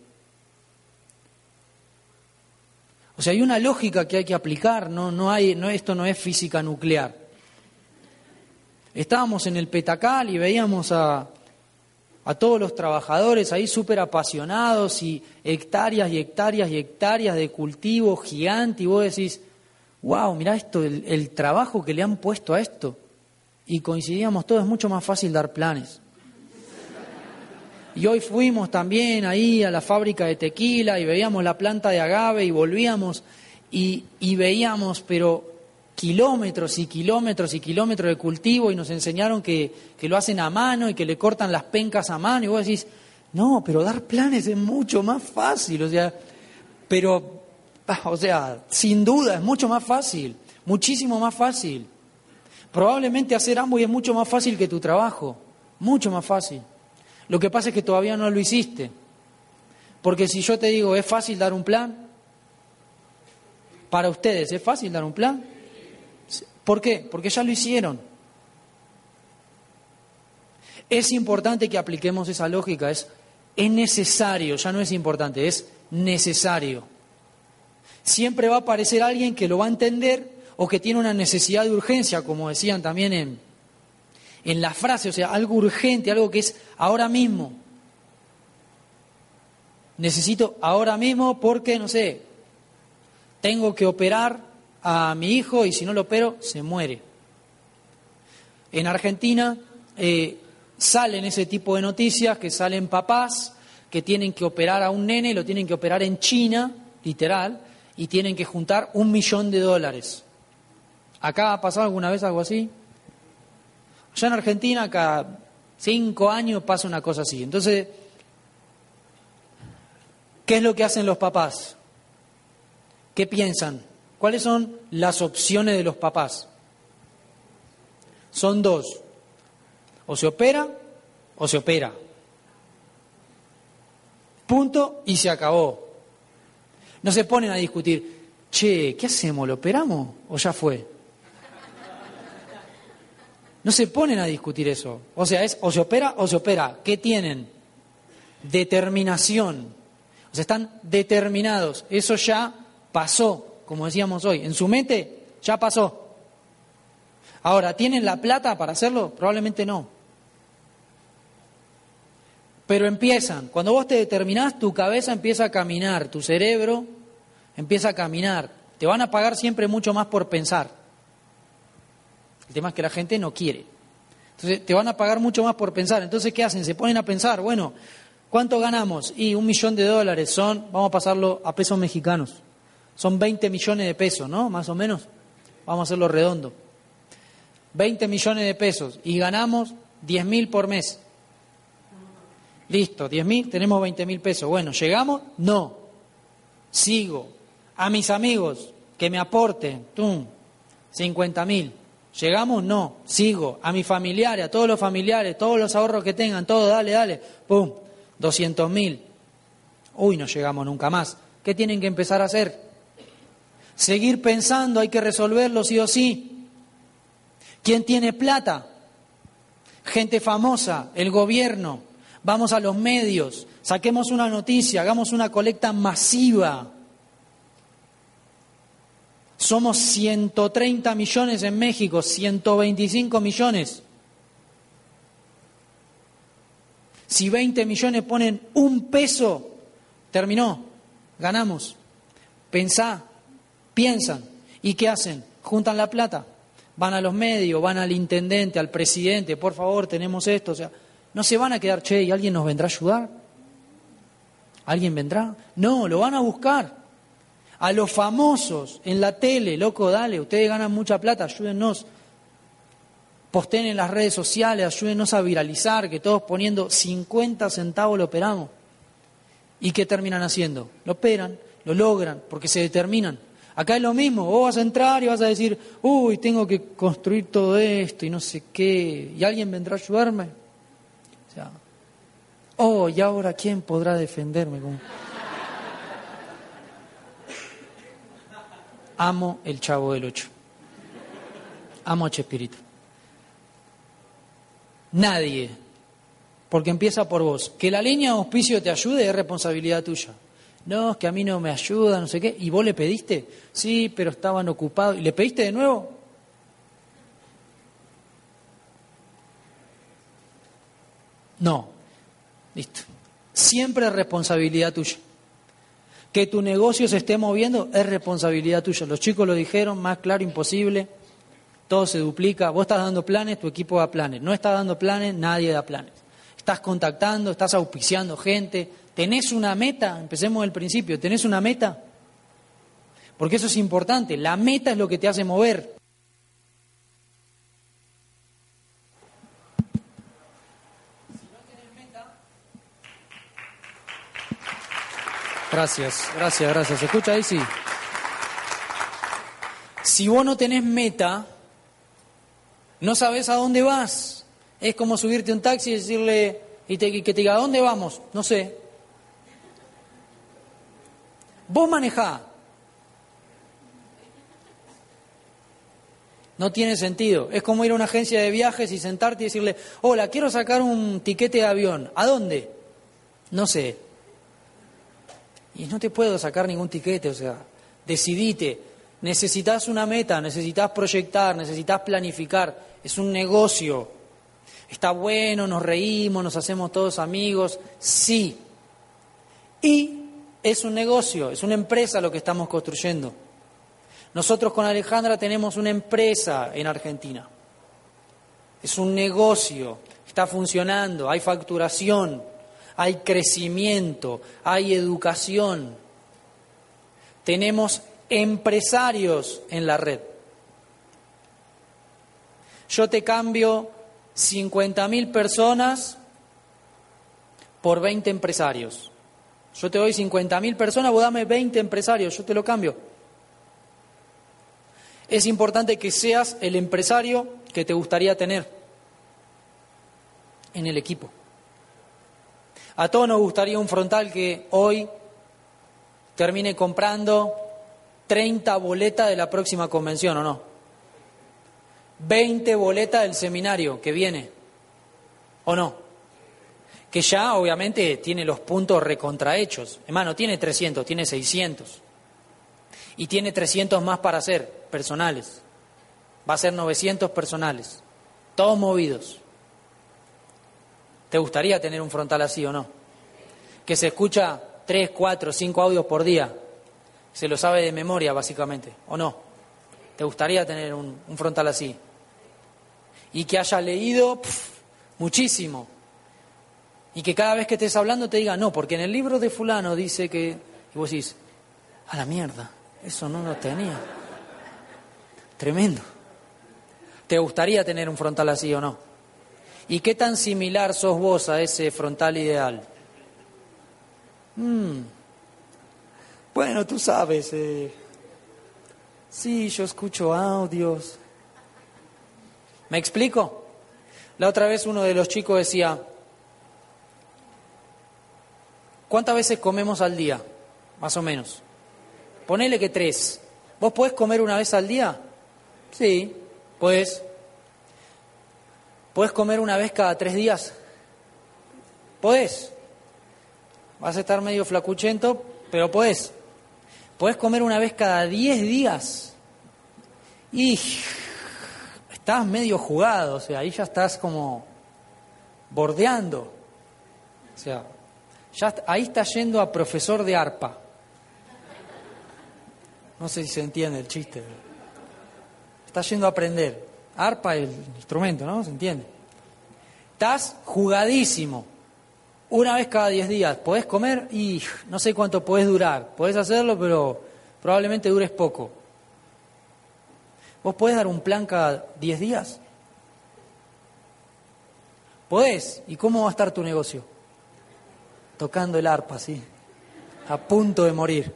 O sea, hay una lógica que hay que aplicar. No, no hay, no, esto no es física nuclear. Estábamos en el Petacal y veíamos a, a todos los trabajadores ahí súper apasionados y hectáreas y hectáreas y hectáreas de cultivo gigante. Y vos decís, wow, mirá esto, el, el trabajo que le han puesto a esto. Y coincidíamos todos, es mucho más fácil dar planes. Y hoy fuimos también ahí a la fábrica de tequila y veíamos la planta de agave y volvíamos y, y veíamos, pero kilómetros y kilómetros y kilómetros de cultivo y nos enseñaron que, que lo hacen a mano y que le cortan las pencas a mano y vos decís, no, pero dar planes es mucho más fácil, o sea, pero, o sea, sin duda es mucho más fácil, muchísimo más fácil. Probablemente hacer Amway es mucho más fácil que tu trabajo, mucho más fácil. Lo que pasa es que todavía no lo hiciste. Porque si yo te digo, ¿es fácil dar un plan? Para ustedes, ¿es fácil dar un plan? ¿Por qué? Porque ya lo hicieron. Es importante que apliquemos esa lógica, es, es necesario, ya no es importante, es necesario. Siempre va a aparecer alguien que lo va a entender o que tiene una necesidad de urgencia, como decían también en, en la frase, o sea, algo urgente, algo que es ahora mismo. Necesito ahora mismo porque, no sé, tengo que operar a mi hijo y si no lo opero, se muere. En Argentina eh, salen ese tipo de noticias, que salen papás que tienen que operar a un nene, lo tienen que operar en China, literal, y tienen que juntar un millón de dólares. ¿Acá ha pasado alguna vez algo así? Ya en Argentina, cada cinco años pasa una cosa así. Entonces, ¿qué es lo que hacen los papás? ¿Qué piensan? ¿Cuáles son las opciones de los papás? Son dos. O se opera o se opera. Punto y se acabó. No se ponen a discutir, che, ¿qué hacemos? ¿Lo operamos o ya fue? No se ponen a discutir eso. O sea, es o se opera o se opera. ¿Qué tienen? Determinación. O sea, están determinados. Eso ya pasó, como decíamos hoy. En su mente ya pasó. Ahora, ¿tienen la plata para hacerlo? Probablemente no. Pero empiezan. Cuando vos te determinás, tu cabeza empieza a caminar, tu cerebro empieza a caminar. Te van a pagar siempre mucho más por pensar. El tema es que la gente no quiere. Entonces, te van a pagar mucho más por pensar. Entonces, ¿qué hacen? Se ponen a pensar, bueno, ¿cuánto ganamos? Y un millón de dólares son, vamos a pasarlo a pesos mexicanos. Son veinte millones de pesos, ¿no? Más o menos. Vamos a hacerlo redondo. veinte millones de pesos. Y ganamos diez mil por mes. Listo, diez mil, tenemos veinte mil pesos. Bueno, ¿llegamos? No. Sigo. A mis amigos que me aporten, tum, cincuenta mil. ¿Llegamos? No. Sigo. A mis familiares, a todos los familiares, todos los ahorros que tengan, todo, dale, dale. Pum, doscientos mil. Uy, no llegamos nunca más. ¿Qué tienen que empezar a hacer? Seguir pensando, hay que resolverlo sí o sí. ¿Quién tiene plata? Gente famosa, el gobierno. Vamos a los medios, saquemos una noticia, hagamos una colecta masiva. Somos ciento treinta millones en México, ciento veinticinco millones. Si veinte millones ponen un peso, terminó, ganamos. Pensá, piensan. ¿Y qué hacen? Juntan la plata, van a los medios, van al intendente, al presidente, por favor, tenemos esto. O sea, no se van a quedar, che, ¿y alguien nos vendrá a ayudar? ¿Alguien vendrá? No, lo van a buscar. A los famosos en la tele, loco, dale, ustedes ganan mucha plata, ayúdennos. Posteen en las redes sociales, ayúdennos a viralizar, que todos poniendo cincuenta centavos lo operamos. ¿Y qué terminan haciendo? Lo operan, lo logran, porque se determinan. Acá es lo mismo, vos vas a entrar y vas a decir, uy, tengo que construir todo esto y no sé qué, ¿y alguien vendrá a ayudarme? O sea, oh, ¿y ahora quién podrá defenderme? Como... Amo el Chavo del Ocho. Amo a Chespirito. Nadie, porque empieza por vos. Que la línea de auspicio te ayude es responsabilidad tuya. No, es que a mí no me ayuda, no sé qué. ¿Y vos le pediste? Sí, pero estaban ocupados. ¿Y le pediste de nuevo? No. Listo. Siempre es responsabilidad tuya. Que tu negocio se esté moviendo es responsabilidad tuya. Los chicos lo dijeron, más claro imposible. Todo se duplica. Vos estás dando planes, tu equipo da planes. No estás dando planes, nadie da planes. Estás contactando, estás auspiciando gente. ¿Tenés una meta? Empecemos del principio. ¿Tenés una meta? Porque eso es importante. La meta es lo que te hace mover. Gracias, gracias, gracias. ¿Se escucha ahí? Sí. Si vos no tenés meta, no sabés a dónde vas. Es como subirte a un taxi y decirle, y, te, y que te diga, ¿a dónde vamos? No sé. Vos manejá. No tiene sentido. Es como ir a una agencia de viajes y sentarte y decirle, hola, quiero sacar un tiquete de avión. ¿A dónde? No sé. Y no te puedo sacar ningún tiquete, o sea, decidite. Necesitas una meta, necesitas proyectar, necesitas planificar. Es un negocio. Está bueno, nos reímos, nos hacemos todos amigos. Sí. Y es un negocio, es una empresa lo que estamos construyendo. Nosotros con Alejandra tenemos una empresa en Argentina. Es un negocio, está funcionando, hay facturación, hay crecimiento, hay educación. Tenemos empresarios en la red. Yo te cambio cincuenta mil personas por veinte empresarios. Yo te doy cincuenta mil personas, vos dame veinte empresarios, yo te lo cambio. Es importante que seas el empresario que te gustaría tener en el equipo. A todos nos gustaría un frontal que hoy termine comprando treinta boletas de la próxima convención, ¿o no? veinte boletas del seminario que viene, ¿o no? Que ya obviamente tiene los puntos recontrahechos. Hermano, tiene trescientos, tiene seiscientos. Y tiene trescientos más para hacer, personales. Va a ser novecientos personales, todos movidos. ¿Te gustaría tener un frontal así o no? Que se escucha tres, cuatro, cinco audios por día. Se lo sabe de memoria, básicamente, ¿o no? ¿Te gustaría tener un, un frontal así? Y que haya leído pff, muchísimo. Y que cada vez que estés hablando te diga, no, porque en el libro de fulano dice que... Y vos decís, a la mierda, eso no lo tenía. Tremendo. ¿Te gustaría tener un frontal así o no? ¿Y qué tan similar sos vos a ese frontal ideal? Hmm. Bueno, tú sabes. Eh... Sí, yo escucho audios. ¿Me explico? La otra vez uno de los chicos decía, ¿cuántas veces comemos al día? Más o menos. Ponele que tres. ¿Vos podés comer una vez al día? Sí, podés. ¿Podés comer una vez cada tres días? Podés. Vas a estar medio flacuchento, pero podés. ¿Podés comer una vez cada diez días? Y estás medio jugado, o sea, ahí ya estás como bordeando. O sea, ya ahí estás yendo a profesor de arpa. No sé si se entiende el chiste. Estás yendo a aprender. Arpa es el instrumento, ¿no? ¿Se entiende? Estás jugadísimo. Una vez cada diez días. ¿Podés comer? Y no sé cuánto podés durar. Podés hacerlo, pero probablemente dures poco. ¿Vos podés dar un plan cada diez días? ¿Podés? ¿Y cómo va a estar tu negocio? Tocando el arpa, sí. A punto de morir.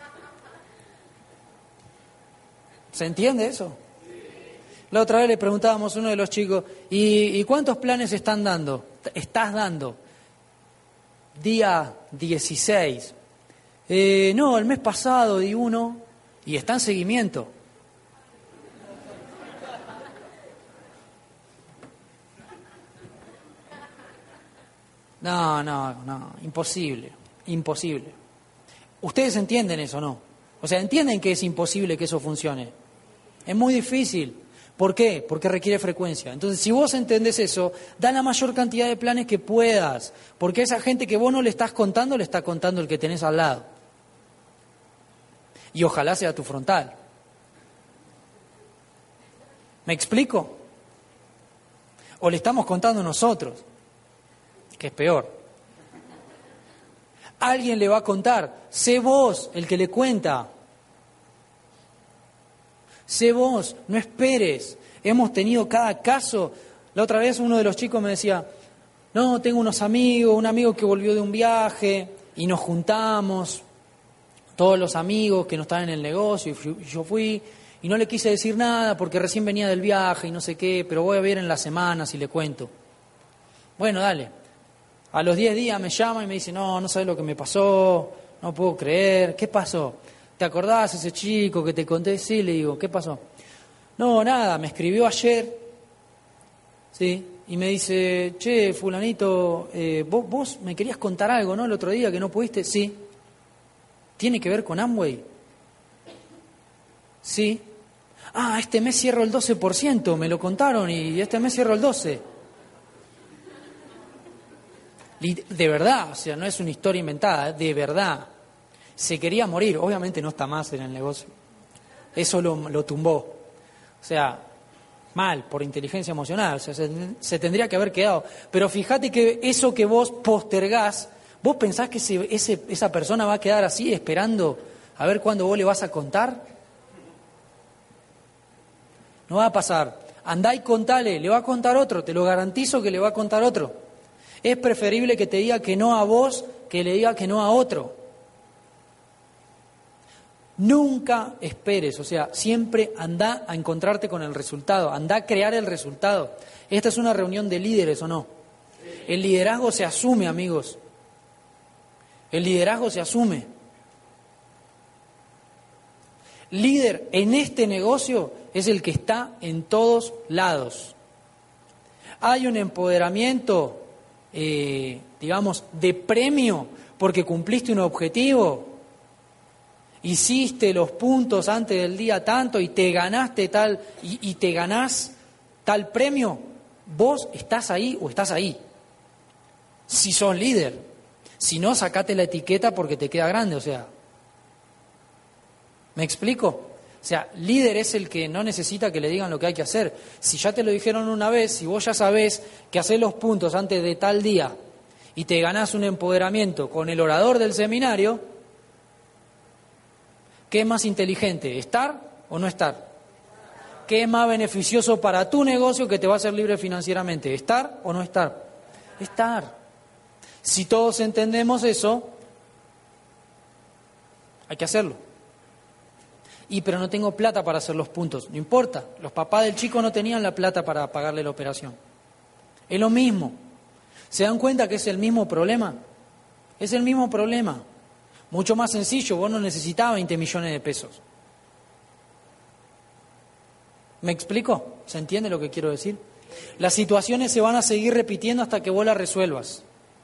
¿Se entiende eso? La otra vez le preguntábamos a uno de los chicos, ¿y, ¿y cuántos planes están dando? estás dando. Día dieciséis. Eh, no, el mes pasado di uno y está en seguimiento. No, no, no, imposible, imposible. ¿Ustedes entienden eso, no? O sea, ¿entienden que es imposible que eso funcione? Es muy difícil. ¿Por qué? Porque requiere frecuencia. Entonces, si vos entendés eso, da la mayor cantidad de planes que puedas, porque a esa gente que vos no le estás contando, le está contando el que tenés al lado. Y ojalá sea tu frontal. ¿Me explico? O le estamos contando nosotros, que es peor. Alguien le va a contar, sé vos el que le cuenta. Sé vos, no esperes. Hemos tenido cada caso. La otra vez uno de los chicos me decía, no, tengo unos amigos, un amigo que volvió de un viaje y nos juntamos, todos los amigos que no estaban en el negocio, y yo fui y no le quise decir nada porque recién venía del viaje y no sé qué, pero voy a ver en las semanas y le cuento. Bueno, dale. A los diez días me llama y me dice, no, no sabes lo que me pasó, no puedo creer, ¿qué pasó? ¿Te acordás ese chico que te conté? Sí, le digo, ¿qué pasó? No, nada, me escribió ayer, ¿sí? Y me dice, che, fulanito, eh, ¿vos, vos me querías contar algo, ¿no? El otro día que no pudiste, sí. ¿Tiene que ver con Amway? Sí. Ah, este mes cierro el doce por ciento, me lo contaron y este mes cierro el doce por ciento. De verdad, o sea, no es una historia inventada, de verdad. Se quería morir, obviamente no está más en el negocio. Eso lo, lo tumbó. O sea, mal, por inteligencia emocional, o sea, se, se tendría que haber quedado. Pero fíjate que eso que vos postergás, ¿vos pensás que ese, ese, esa persona va a quedar así esperando a ver cuándo vos le vas a contar? No va a pasar. Andá y contale, le va a contar otro, te lo garantizo que le va a contar otro. Es preferible que te diga que no a vos que le diga que no a otro. Nunca esperes, o sea, siempre anda a encontrarte con el resultado, anda a crear el resultado. Esta es una reunión de líderes, ¿o no? El liderazgo se asume, amigos. El liderazgo se asume. Líder en este negocio es el que está en todos lados. Hay un empoderamiento, eh, digamos, de premio porque cumpliste un objetivo. Hiciste los puntos antes del día tanto y te ganaste tal, y, y te ganás tal premio, vos estás ahí o estás ahí. Si sos líder. Si no, sacate la etiqueta porque te queda grande, o sea. ¿Me explico? O sea, líder es el que no necesita que le digan lo que hay que hacer. Si ya te lo dijeron una vez, si vos ya sabés que hacés los puntos antes de tal día y te ganás un empoderamiento con el orador del seminario, ¿qué es más inteligente, estar o no estar? ¿Qué es más beneficioso para tu negocio que te va a hacer libre financieramente, estar o no estar? Estar. Si todos entendemos eso, hay que hacerlo. Y pero no tengo plata para hacer los puntos, no importa, los papás del chico no tenían la plata para pagarle la operación. Es lo mismo. ¿Se dan cuenta que es el mismo problema? Es el mismo problema. Mucho más sencillo, vos no necesitabas veinte millones de pesos. ¿Me explico? ¿Se entiende lo que quiero decir? Las situaciones se van a seguir repitiendo hasta que vos las resuelvas.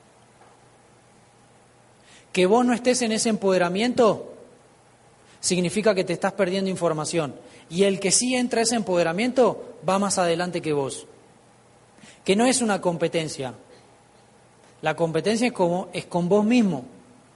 Que vos no estés en ese empoderamiento significa que te estás perdiendo información. Y el que sí entra a ese empoderamiento va más adelante que vos. Que no es una competencia. La competencia es, como, es con vos mismo.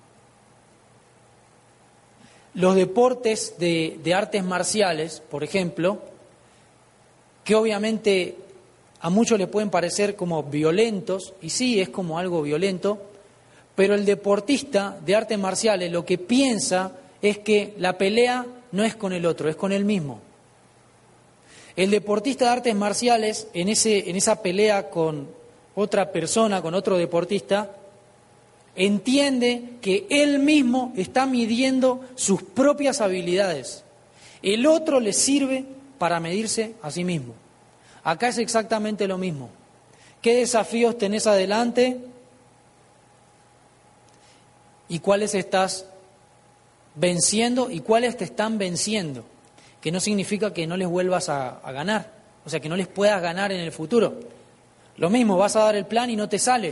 Los deportes de, de artes marciales, por ejemplo, que obviamente a muchos les pueden parecer como violentos, y sí, es como algo violento, pero el deportista de artes marciales lo que piensa es que la pelea no es con el otro, es con él mismo. El deportista de artes marciales, en, ese, en esa pelea con otra persona, con otro deportista, entiende que él mismo está midiendo sus propias habilidades. El otro le sirve para medirse a sí mismo. Acá es exactamente lo mismo. ¿Qué desafíos tenés adelante y cuáles estás venciendo y cuáles te están venciendo? Que no significa que no les vuelvas a, a ganar, o sea, que no les puedas ganar en el futuro. Lo mismo, vas a dar el plan y no te sale.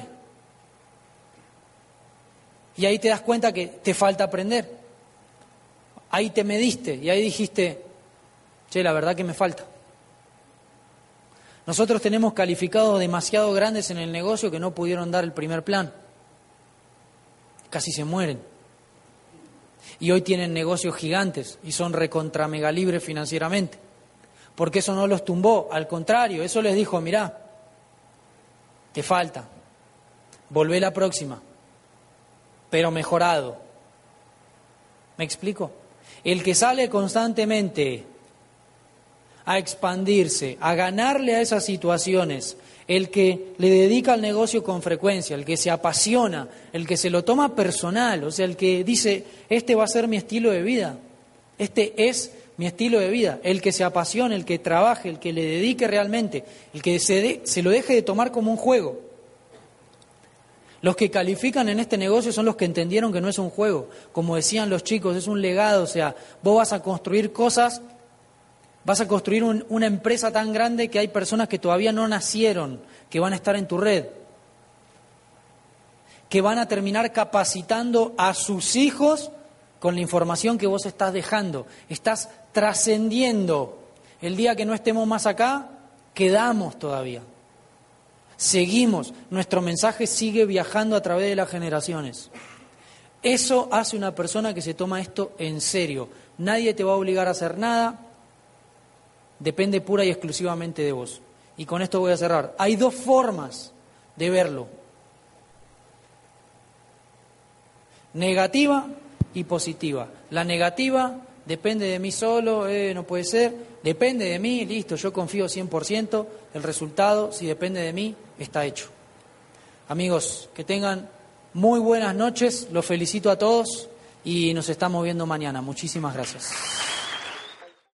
Y ahí te das cuenta que te falta aprender. Ahí te mediste y ahí dijiste, che, la verdad que me falta. Nosotros tenemos calificados demasiado grandes en el negocio que no pudieron dar el primer plan. Casi se mueren. Y hoy tienen negocios gigantes y son recontra mega libres financieramente. Porque eso no los tumbó, al contrario, eso les dijo, mirá, te falta, volvé la próxima, pero mejorado. ¿Me explico? El que sale constantemente a expandirse, a ganarle a esas situaciones, el que le dedica al negocio con frecuencia, el que se apasiona, el que se lo toma personal, o sea, el que dice, este va a ser mi estilo de vida, este es mi estilo de vida, el que se apasione, el que trabaje, el que le dedique realmente, el que se, de, se lo deje de tomar como un juego. Los que califican en este negocio son los que entendieron que no es un juego, como decían los chicos, es un legado, o sea, vos vas a construir cosas. Vas a construir un, una empresa tan grande que hay personas que todavía no nacieron, que van a estar en tu red, que van a terminar capacitando a sus hijos con la información que vos estás dejando. Estás trascendiendo. El día que no estemos más acá, quedamos todavía. Seguimos. Nuestro mensaje sigue viajando a través de las generaciones. Eso hace una persona que se toma esto en serio. Nadie te va a obligar a hacer nada. Depende pura y exclusivamente de vos. Y con esto voy a cerrar. Hay dos formas de verlo. Negativa y positiva. La negativa depende de mí solo, eh, no puede ser. Depende de mí, listo, yo confío cien por ciento. El resultado, si depende de mí, está hecho. Amigos, que tengan muy buenas noches. Los felicito a todos y nos estamos viendo mañana. Muchísimas gracias.